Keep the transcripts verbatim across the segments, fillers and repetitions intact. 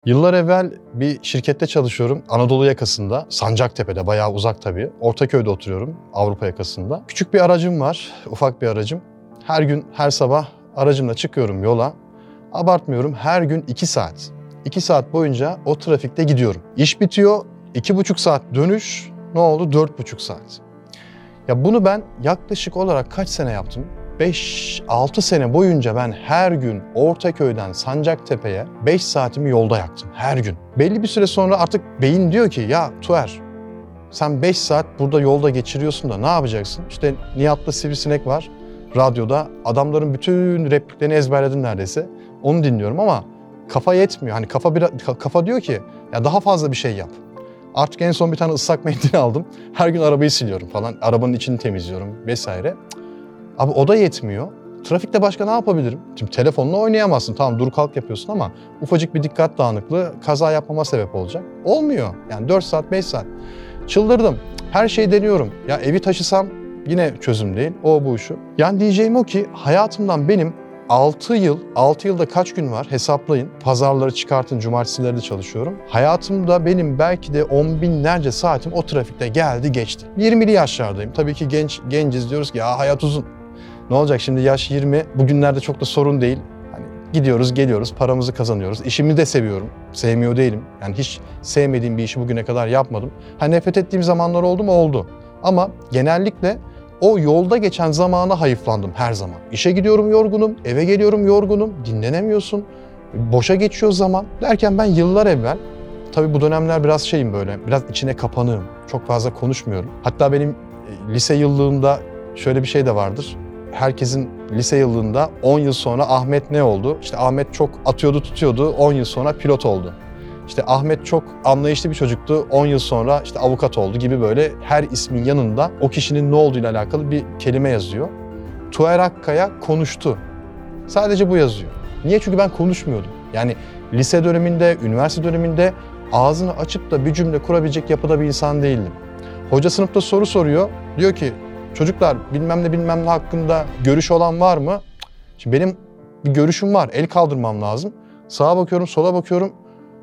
Yıllar evvel bir şirkette çalışıyorum. Anadolu yakasında, Sancaktepe'de, bayağı uzak tabii. Ortaköy'de oturuyorum, Avrupa yakasında. Küçük bir aracım var, ufak bir aracım. Her gün, her sabah aracımla çıkıyorum yola. Abartmıyorum, her gün iki saat. iki saat boyunca o trafikte gidiyorum. İş bitiyor, iki buçuk saat dönüş, ne oldu? Dört buçuk saat. Ya bunu ben yaklaşık olarak kaç sene yaptım? beş altı sene boyunca ben her gün Ortaköy'den Sancaktepe'ye beş saatimi yolda yaktım. Her gün. Belli bir süre sonra artık beyin diyor ki ya Tuğer, sen beş saat burada yolda geçiriyorsun da ne yapacaksın? İşte Nihat'ta Sivrisinek var. Radyoda adamların bütün repliklerini ezberledim neredeyse. Onu dinliyorum ama kafa yetmiyor. Hani kafa biraz, kafa diyor ki ya daha fazla bir şey yap. Artık en son bir tane ıslak mendil aldım. Her gün arabayı siliyorum falan. Arabanın içini temizliyorum vesaire. Abi o da yetmiyor. Trafikte başka ne yapabilirim? Şimdi telefonla oynayamazsın. Tamam dur kalk yapıyorsun ama ufacık bir dikkat dağınıklığı kaza yapmama sebep olacak. Olmuyor. Yani dört saat, beş saat. Çıldırdım. Her şeyi deniyorum. Ya evi taşısam yine çözüm değil. O bu şu. Yani diyeceğim o ki hayatımdan benim altı yıl, altı yılda kaç gün var hesaplayın. Pazarları çıkartın, cumartesileri de çalışıyorum. Hayatımda benim belki de on binlerce saatim o trafikte geldi geçti. yirmili yaşlardayım. Tabii ki genç genciz diyoruz ki ya hayat uzun. Ne olacak şimdi yaş yirmi, bugünlerde çok da sorun değil. Hani gidiyoruz, geliyoruz, paramızı kazanıyoruz. İşimi de seviyorum, sevmiyor değilim. Yani hiç sevmediğim bir işi bugüne kadar yapmadım. Ha nefret ettiğim zamanlar oldu mu? Oldu. Ama genellikle o yolda geçen zamana hayıflandım her zaman. İşe gidiyorum yorgunum, eve geliyorum yorgunum, dinlenemiyorsun. Boşa geçiyor zaman. Derken ben yıllar evvel, tabii bu dönemler biraz şeyim böyle, biraz içine kapanığım. Çok fazla konuşmuyorum. Hatta benim lise yıllığımda şöyle bir şey de vardır. Herkesin lise yıllığında on yıl sonra Ahmet ne oldu? İşte Ahmet çok atıyordu tutuyordu, on yıl sonra pilot oldu. İşte Ahmet çok anlayışlı bir çocuktu, on yıl sonra işte avukat oldu gibi böyle her ismin yanında o kişinin ne olduğuyla alakalı bir kelime yazıyor. Tuğer Akkaya konuştu. Sadece bu yazıyor. Niye? Çünkü ben konuşmuyordum. Yani lise döneminde, üniversite döneminde ağzını açıp da bir cümle kurabilecek yapıda bir insan değildim. Hoca sınıfta soru soruyor, diyor ki çocuklar bilmem ne bilmem ne hakkında görüş olan var mı? Şimdi benim bir görüşüm var, el kaldırmam lazım. Sağa bakıyorum, sola bakıyorum.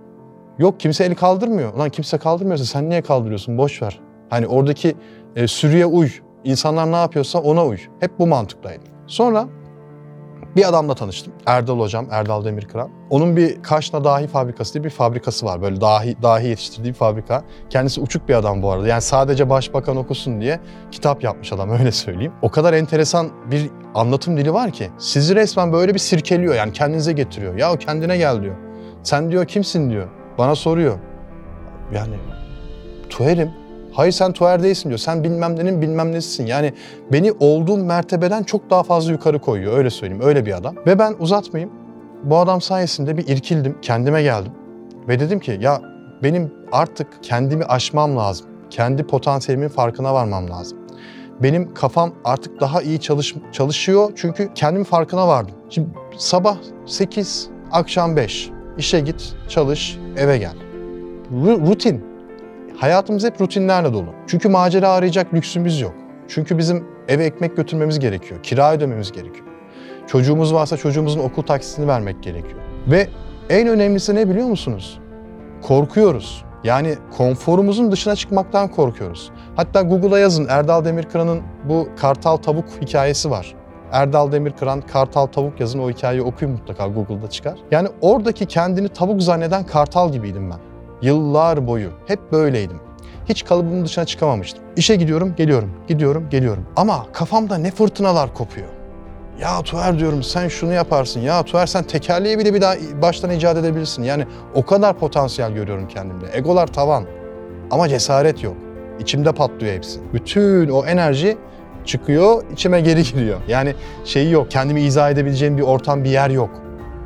Yok kimse el kaldırmıyor. Ulan kimse kaldırmıyorsa sen niye kaldırıyorsun? Boş ver. Hani oradaki e, sürüye uy. İnsanlar ne yapıyorsa ona uy. Hep bu mantıktaydı. Sonra bir adamla tanıştım. Erdal hocam, Erdal Demirkıran. Onun bir Kaşna Dahi Fabrikası diye bir fabrikası var. Böyle dahi, dahi yetiştirdiği bir fabrika. Kendisi uçuk bir adam bu arada. Yani sadece başbakan okusun diye kitap yapmış adam öyle söyleyeyim. O kadar enteresan bir anlatım dili var ki sizi resmen böyle bir sirkeliyor yani kendinize getiriyor. Ya kendine gel diyor. Sen diyor kimsin diyor. Bana soruyor. Yani Tuğer'im. Hayır sen Tuğer değilsin diyor. Sen bilmem nenin bilmem nesisin. Yani beni olduğum mertebeden çok daha fazla yukarı koyuyor. Öyle söyleyeyim. Öyle bir adam. Ve ben uzatmayayım. Bu adam sayesinde bir irkildim. Kendime geldim. Ve dedim ki ya benim artık kendimi aşmam lazım. Kendi potansiyelimin farkına varmam lazım. Benim kafam artık daha iyi çalış, çalışıyor. Çünkü kendimin farkına vardım. Şimdi sabah sekiz, akşam beş. İşe git, çalış, eve gel. R- rutin. Hayatımız hep rutinlerle dolu. Çünkü macera arayacak lüksümüz yok. Çünkü bizim eve ekmek götürmemiz gerekiyor. Kira ödememiz gerekiyor. Çocuğumuz varsa çocuğumuzun okul taksitini vermek gerekiyor. Ve en önemlisi ne biliyor musunuz? Korkuyoruz. Yani konforumuzun dışına çıkmaktan korkuyoruz. Hatta Google'a yazın Erdal Demirkıran'ın bu Kartal Tavuk hikayesi var. Erdal Demirkıran, Kartal Tavuk yazın o hikayeyi okuyun mutlaka Google'da çıkar. Yani oradaki kendini tavuk zanneden kartal gibiydim ben. Yıllar boyu hep böyleydim. Hiç kalıbımın dışına çıkamamıştım. İşe gidiyorum, geliyorum, gidiyorum, geliyorum. Ama kafamda ne fırtınalar kopuyor. Ya Tuğer diyorum sen şunu yaparsın. Ya Tuğer sen tekerleği bile bir daha baştan icat edebilirsin. Yani o kadar potansiyel görüyorum kendimde. Egolar tavan. Ama cesaret yok. İçimde patlıyor hepsi. Bütün o enerji çıkıyor, içime geri giriyor. Yani şeyi yok, kendimi izah edebileceğim bir ortam, bir yer yok.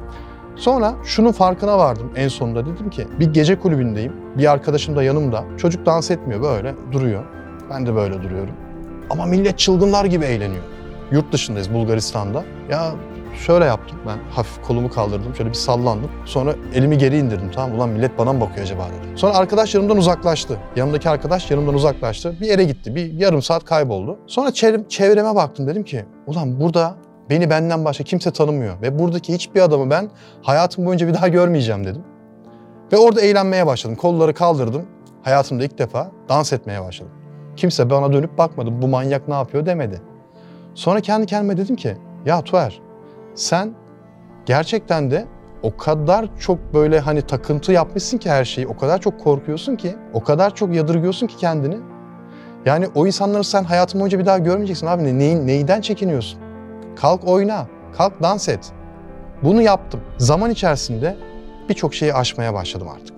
Sonra şunun farkına vardım en sonunda. Dedim ki bir gece kulübündeyim. Bir arkadaşım da yanımda. Çocuk dans etmiyor böyle duruyor. Ben de böyle duruyorum. Ama millet çılgınlar gibi eğleniyor. Yurt dışındayız Bulgaristan'da. Ya şöyle yaptım ben hafif kolumu kaldırdım. Şöyle bir sallandım. Sonra elimi geri indirdim tamam ulan millet bana mı bakıyor acaba dedim. Sonra arkadaş yanımdan uzaklaştı. Yanımdaki arkadaş yanımdan uzaklaştı. Bir yere gitti. Bir yarım saat kayboldu. Sonra çevreme baktım dedim ki ulan burada beni benden başka kimse tanımıyor ve buradaki hiçbir adamı ben hayatım boyunca bir daha görmeyeceğim dedim. Ve orada eğlenmeye başladım. Kolları kaldırdım. Hayatımda ilk defa dans etmeye başladım. Kimse bana dönüp bakmadı. Bu manyak ne yapıyor demedi. Sonra kendi kendime dedim ki ya Tuğer, sen gerçekten de o kadar çok böyle hani takıntı yapmışsın ki her şeyi, o kadar çok korkuyorsun ki, o kadar çok yadırgıyorsun ki kendini. Yani o insanları sen hayatın boyunca bir daha görmeyeceksin abi. Neyin, neyden çekiniyorsun? Kalk oyna, kalk dans et. Bunu yaptım. Zaman içerisinde birçok şeyi aşmaya başladım artık.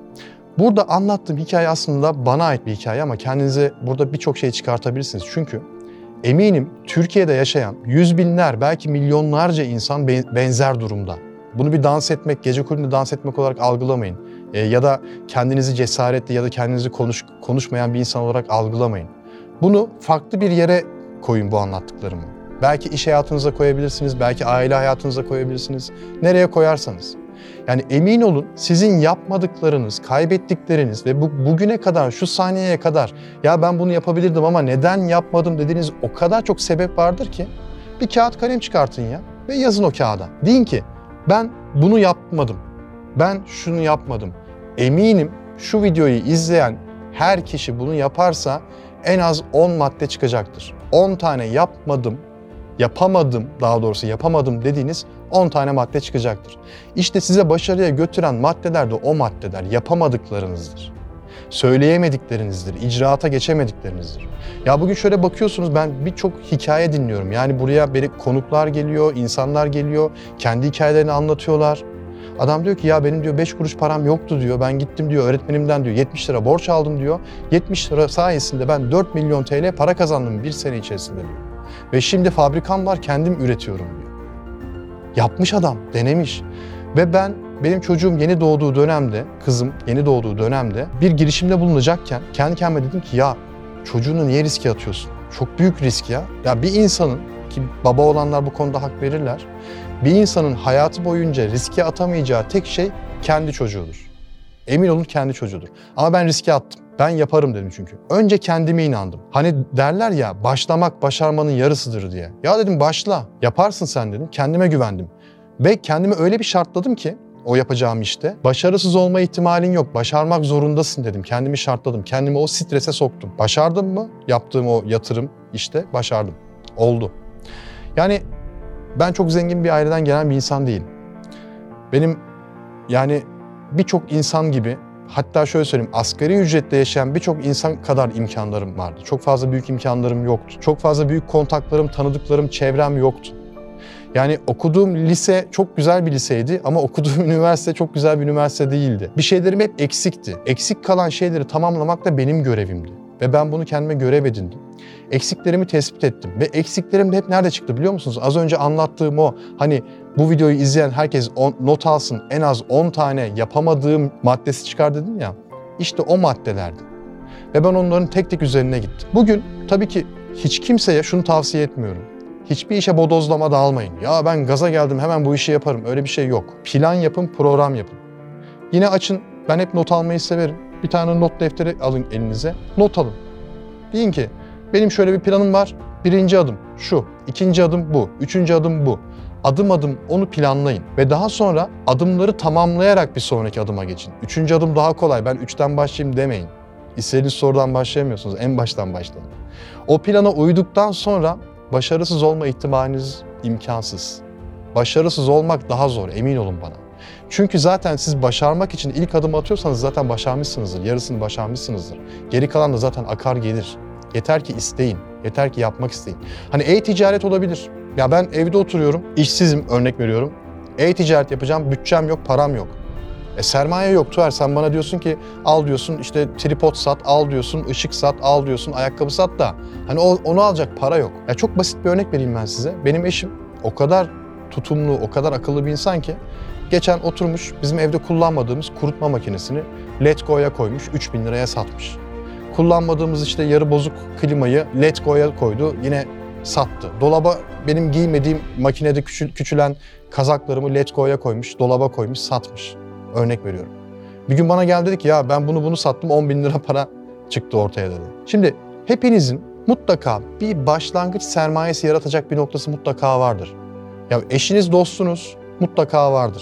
Burada anlattığım hikaye aslında bana ait bir hikaye ama kendinize burada birçok şey çıkartabilirsiniz. Çünkü eminim Türkiye'de yaşayan yüz binler, belki milyonlarca insan benzer durumda. Bunu bir dans etmek, gece kulübünde dans etmek olarak algılamayın. E, ya da kendinizi cesaretli ya da kendinizi konuş, konuşmayan bir insan olarak algılamayın. Bunu farklı bir yere koyun bu anlattıklarımı. Belki iş hayatınıza koyabilirsiniz, belki aile hayatınıza koyabilirsiniz. Nereye koyarsanız. Yani emin olun sizin yapmadıklarınız, kaybettikleriniz ve bu, bugüne kadar, şu saniyeye kadar ya ben bunu yapabilirdim ama neden yapmadım dediğiniz o kadar çok sebep vardır ki bir kağıt kalem çıkartın ya ve yazın o kağıda. Deyin ki ben bunu yapmadım, ben şunu yapmadım. Eminim şu videoyu izleyen her kişi bunu yaparsa en az on madde çıkacaktır. on tane yapmadım, yapamadım, daha doğrusu yapamadım dediğiniz on tane madde çıkacaktır. İşte size başarıya götüren maddeler de o maddeler, yapamadıklarınızdır. Söyleyemediklerinizdir, icraata geçemediklerinizdir. Ya bugün şöyle bakıyorsunuz, ben birçok hikaye dinliyorum. Yani buraya beni konuklar geliyor, insanlar geliyor, kendi hikayelerini anlatıyorlar. Adam diyor ki ya benim diyor beş kuruş param yoktu diyor. Ben gittim diyor öğretmenimden diyor yetmiş lira borç aldım diyor. yetmiş lira sayesinde ben dört milyon T L para kazandım bir sene içerisinde diyor. Ve şimdi fabrikam var, kendim üretiyorum diyor. Yapmış adam, denemiş. Ve ben, benim çocuğum yeni doğduğu dönemde, kızım yeni doğduğu dönemde bir girişimde bulunacakken kendi kendime dedim ki ya çocuğunu niye riske atıyorsun? Çok büyük risk ya. Ya bir insanın, ki baba olanlar bu konuda hak verirler, bir insanın hayatı boyunca riske atamayacağı tek şey kendi çocuğudur. Emin olun kendi çocuğudur. Ama ben riske attım. Ben yaparım dedim çünkü. Önce kendime inandım. Hani derler ya başlamak başarmanın yarısıdır diye. Ya dedim başla. Yaparsın sen dedim. Kendime güvendim. Ve kendimi öyle bir şartladım ki o yapacağım işte. Başarısız olma ihtimalin yok. Başarmak zorundasın dedim. Kendimi şartladım. Kendimi o strese soktum. Başardım mı? Yaptığım o yatırım işte başardım. Oldu. Yani ben çok zengin bir aileden gelen bir insan değilim. Benim yani birçok insan gibi, hatta şöyle söyleyeyim, asgari ücretle yaşayan birçok insan kadar imkanlarım vardı. Çok fazla büyük imkanlarım yoktu. Çok fazla büyük kontaklarım, tanıdıklarım, çevrem yoktu. Yani okuduğum lise çok güzel bir liseydi ama okuduğum üniversite çok güzel bir üniversite değildi. Bir şeylerim hep eksikti. Eksik kalan şeyleri tamamlamak da benim görevimdi. Ve ben bunu kendime görev edindim. Eksiklerimi tespit ettim. Ve eksiklerim de hep nerede çıktı biliyor musunuz? Az önce anlattığım o, hani bu videoyu izleyen herkes on, not alsın, en az on tane yapamadığım maddesi çıkar dedim ya. İşte o maddelerdi. Ve ben onların tek tek üzerine gittim. Bugün tabii ki hiç kimseye şunu tavsiye etmiyorum. Hiçbir işe bodozlama dağılmayın. Ya ben gaza geldim hemen bu işi yaparım. Öyle bir şey yok. Plan yapın, program yapın. Yine açın, ben hep not almayı severim. Bir tane not defteri alın elinize, not alın. Deyin ki benim şöyle bir planım var. Birinci adım şu, ikinci adım bu, üçüncü adım bu. Adım adım onu planlayın ve daha sonra adımları tamamlayarak bir sonraki adıma geçin. Üçüncü adım daha kolay, ben üçten başlayayım demeyin. İstediğiniz sorudan başlayamıyorsunuz, en baştan başlayın. O plana uyduktan sonra başarısız olma ihtimaliniz imkansız. Başarısız olmak daha zor, emin olun bana. Çünkü zaten siz başarmak için ilk adım atıyorsanız zaten başarmışsınızdır, yarısını başarmışsınızdır. Geri kalan da zaten akar gelir. Yeter ki isteyin, yeter ki yapmak isteyin. Hani e-ticaret olabilir. Ya ben evde oturuyorum, işsizim örnek veriyorum. E-ticaret yapacağım, bütçem yok, param yok. E sermaye yok Tuğer, sen bana diyorsun ki al diyorsun işte tripod sat, al diyorsun ışık sat, al diyorsun ayakkabı sat da hani o, onu alacak para yok. Ya çok basit bir örnek vereyim ben size. Benim eşim o kadar tutumlu, o kadar akıllı bir insan ki geçen oturmuş bizim evde kullanmadığımız kurutma makinesini Letgo'ya koymuş, üç bin liraya satmış. Kullanmadığımız işte yarı bozuk klimayı Letgo'ya koydu, yine sattı. Dolaba benim giymediğim makinede küçül, küçülen kazaklarımı Letgo'ya koymuş, dolaba koymuş, satmış. Örnek veriyorum. Bir gün bana geldi dedi ki ya ben bunu bunu sattım on bin lira para çıktı ortaya dedi. Şimdi hepinizin mutlaka bir başlangıç sermayesi yaratacak bir noktası mutlaka vardır. Ya eşiniz dostunuz mutlaka vardır.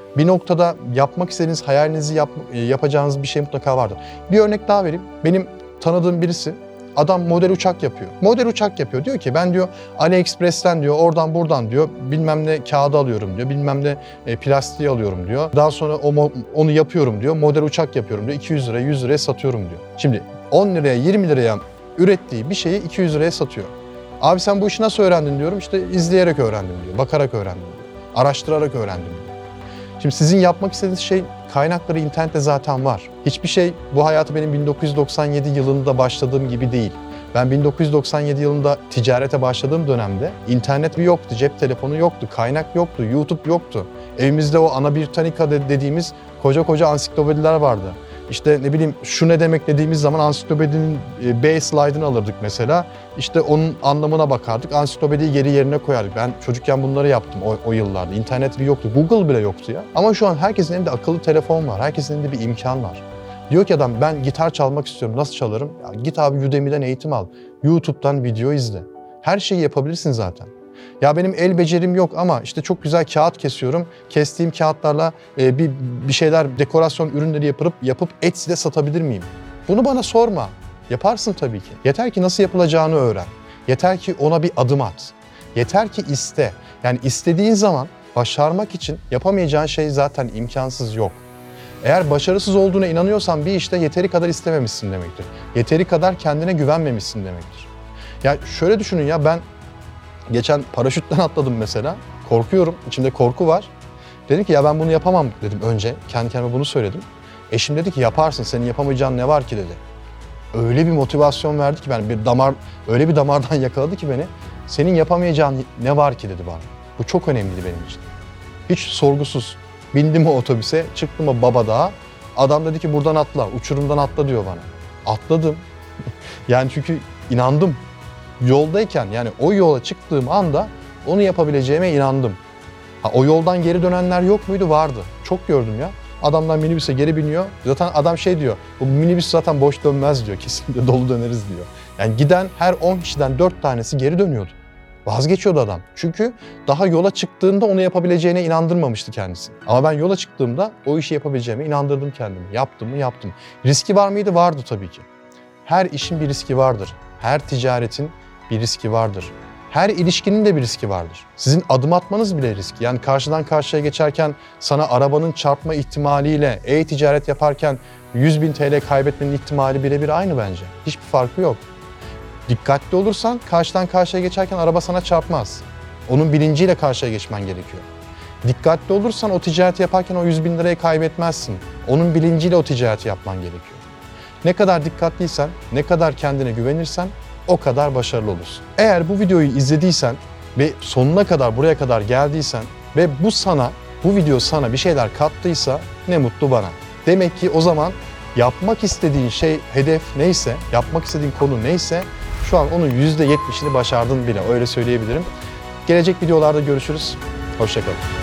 Bir noktada yapmak istediğiniz, hayalinizi yap, yapacağınız bir şey mutlaka vardır. Bir örnek daha vereyim. Benim tanıdığım birisi, adam model uçak yapıyor. Model uçak yapıyor. Diyor ki ben diyor AliExpress'ten diyor oradan buradan diyor bilmem ne kağıdı alıyorum diyor. Bilmem ne e, plastiği alıyorum diyor. Daha sonra o, onu yapıyorum diyor. Model uçak yapıyorum diyor. iki yüz liraya yüz liraya satıyorum diyor. Şimdi on liraya yirmi liraya ürettiği bir şeyi iki yüz liraya satıyor. Abi sen bu işi nasıl öğrendin diyorum. İşte izleyerek öğrendim diyor. Bakarak öğrendim diyor. Araştırarak öğrendim diyor. Şimdi sizin yapmak istediğiniz şey kaynakları internette zaten var. Hiçbir şey bu hayatı benim bin dokuz yüz doksan yedi yılında başladığım gibi değil. Ben bin dokuz yüz doksan yedi yılında ticarete başladığım dönemde internet bir yoktu, cep telefonu yoktu, kaynak yoktu, YouTube yoktu. Evimizde o Ana Britannica dediğimiz koca koca ansiklopediler vardı. İşte ne bileyim şu ne demek dediğimiz zaman ansiklopedinin B slide'ını alırdık mesela. İşte onun anlamına bakardık. Ansiklopediyi geri yerine koyardık. Ben çocukken bunları yaptım o, o yıllarda. İnternet bir yoktu. Google bile yoktu ya. Ama şu an herkesin elinde akıllı telefon var. Herkesin elinde bir imkan var. Diyor ki adam ben gitar çalmak istiyorum. Nasıl çalarım? Ya git abi Udemy'den eğitim al. YouTube'dan video izle. Her şeyi yapabilirsin zaten. Ya benim el becerim yok ama işte çok güzel kağıt kesiyorum. Kestiğim kağıtlarla e, bir bir şeyler, dekorasyon ürünleri yapıp yapıp Etsy'de satabilir miyim? Bunu bana sorma. Yaparsın tabii ki. Yeter ki nasıl yapılacağını öğren. Yeter ki ona bir adım at. Yeter ki iste. Yani istediğin zaman başarmak için yapamayacağın şey zaten imkansız yok. Eğer başarısız olduğuna inanıyorsan bir işte yeteri kadar istememişsin demektir. Yeteri kadar kendine güvenmemişsin demektir. Ya şöyle düşünün ya ben geçen paraşütten atladım mesela. Korkuyorum. İçimde korku var. Dedim ki ya ben bunu yapamam dedim önce. Kendi kendime bunu söyledim. Eşim dedi ki yaparsın. Senin yapamayacağın ne var ki dedi. Öyle bir motivasyon verdi ki ben bir damar öyle bir damardan yakaladı ki beni. Senin yapamayacağın ne var ki dedi bana. Bu çok önemliydi benim için. Hiç sorgusuz. Bindim o otobüse, çıktım o Baba Dağı. Adam dedi ki buradan atla, uçurumdan atla diyor bana. Atladım. Yani çünkü inandım. Yoldayken yani o yola çıktığım anda onu yapabileceğime inandım. Ha, o yoldan geri dönenler yok muydu? Vardı. Çok gördüm ya. Adamlar minibüse geri biniyor. Zaten adam şey diyor, bu minibüs zaten boş dönmez diyor. Kesinlikle dolu döneriz diyor. Yani giden her on kişiden dört tanesi geri dönüyordu. Vazgeçiyordu adam. Çünkü daha yola çıktığında onu yapabileceğine inandırmamıştı kendisi. Ama ben yola çıktığımda o işi yapabileceğime inandırdım kendimi. Yaptım mı? Yaptım. Riski var mıydı? Vardı tabii ki. Her işin bir riski vardır. Her ticaretin bir riski vardır. Her ilişkinin de bir riski vardır. Sizin adım atmanız bile riski. Yani karşıdan karşıya geçerken sana arabanın çarpma ihtimaliyle e-ticaret yaparken yüz bin T L kaybetmenin ihtimali birebir aynı bence. Hiçbir farkı yok. Dikkatli olursan karşıdan karşıya geçerken araba sana çarpmaz. Onun bilinciyle karşıya geçmen gerekiyor. Dikkatli olursan o ticareti yaparken o yüz bin lirayı kaybetmezsin. Onun bilinciyle o ticareti yapman gerekiyor. Ne kadar dikkatliysen, ne kadar kendine güvenirsen o kadar başarılı olursun. Eğer bu videoyu izlediysen ve sonuna kadar buraya kadar geldiysen ve bu sana, bu video sana bir şeyler kattıysa ne mutlu bana. Demek ki o zaman yapmak istediğin şey, hedef neyse, yapmak istediğin konu neyse şu an onun yüzde yetmişini başardın bile, öyle söyleyebilirim. Gelecek videolarda görüşürüz. Hoşça kalın.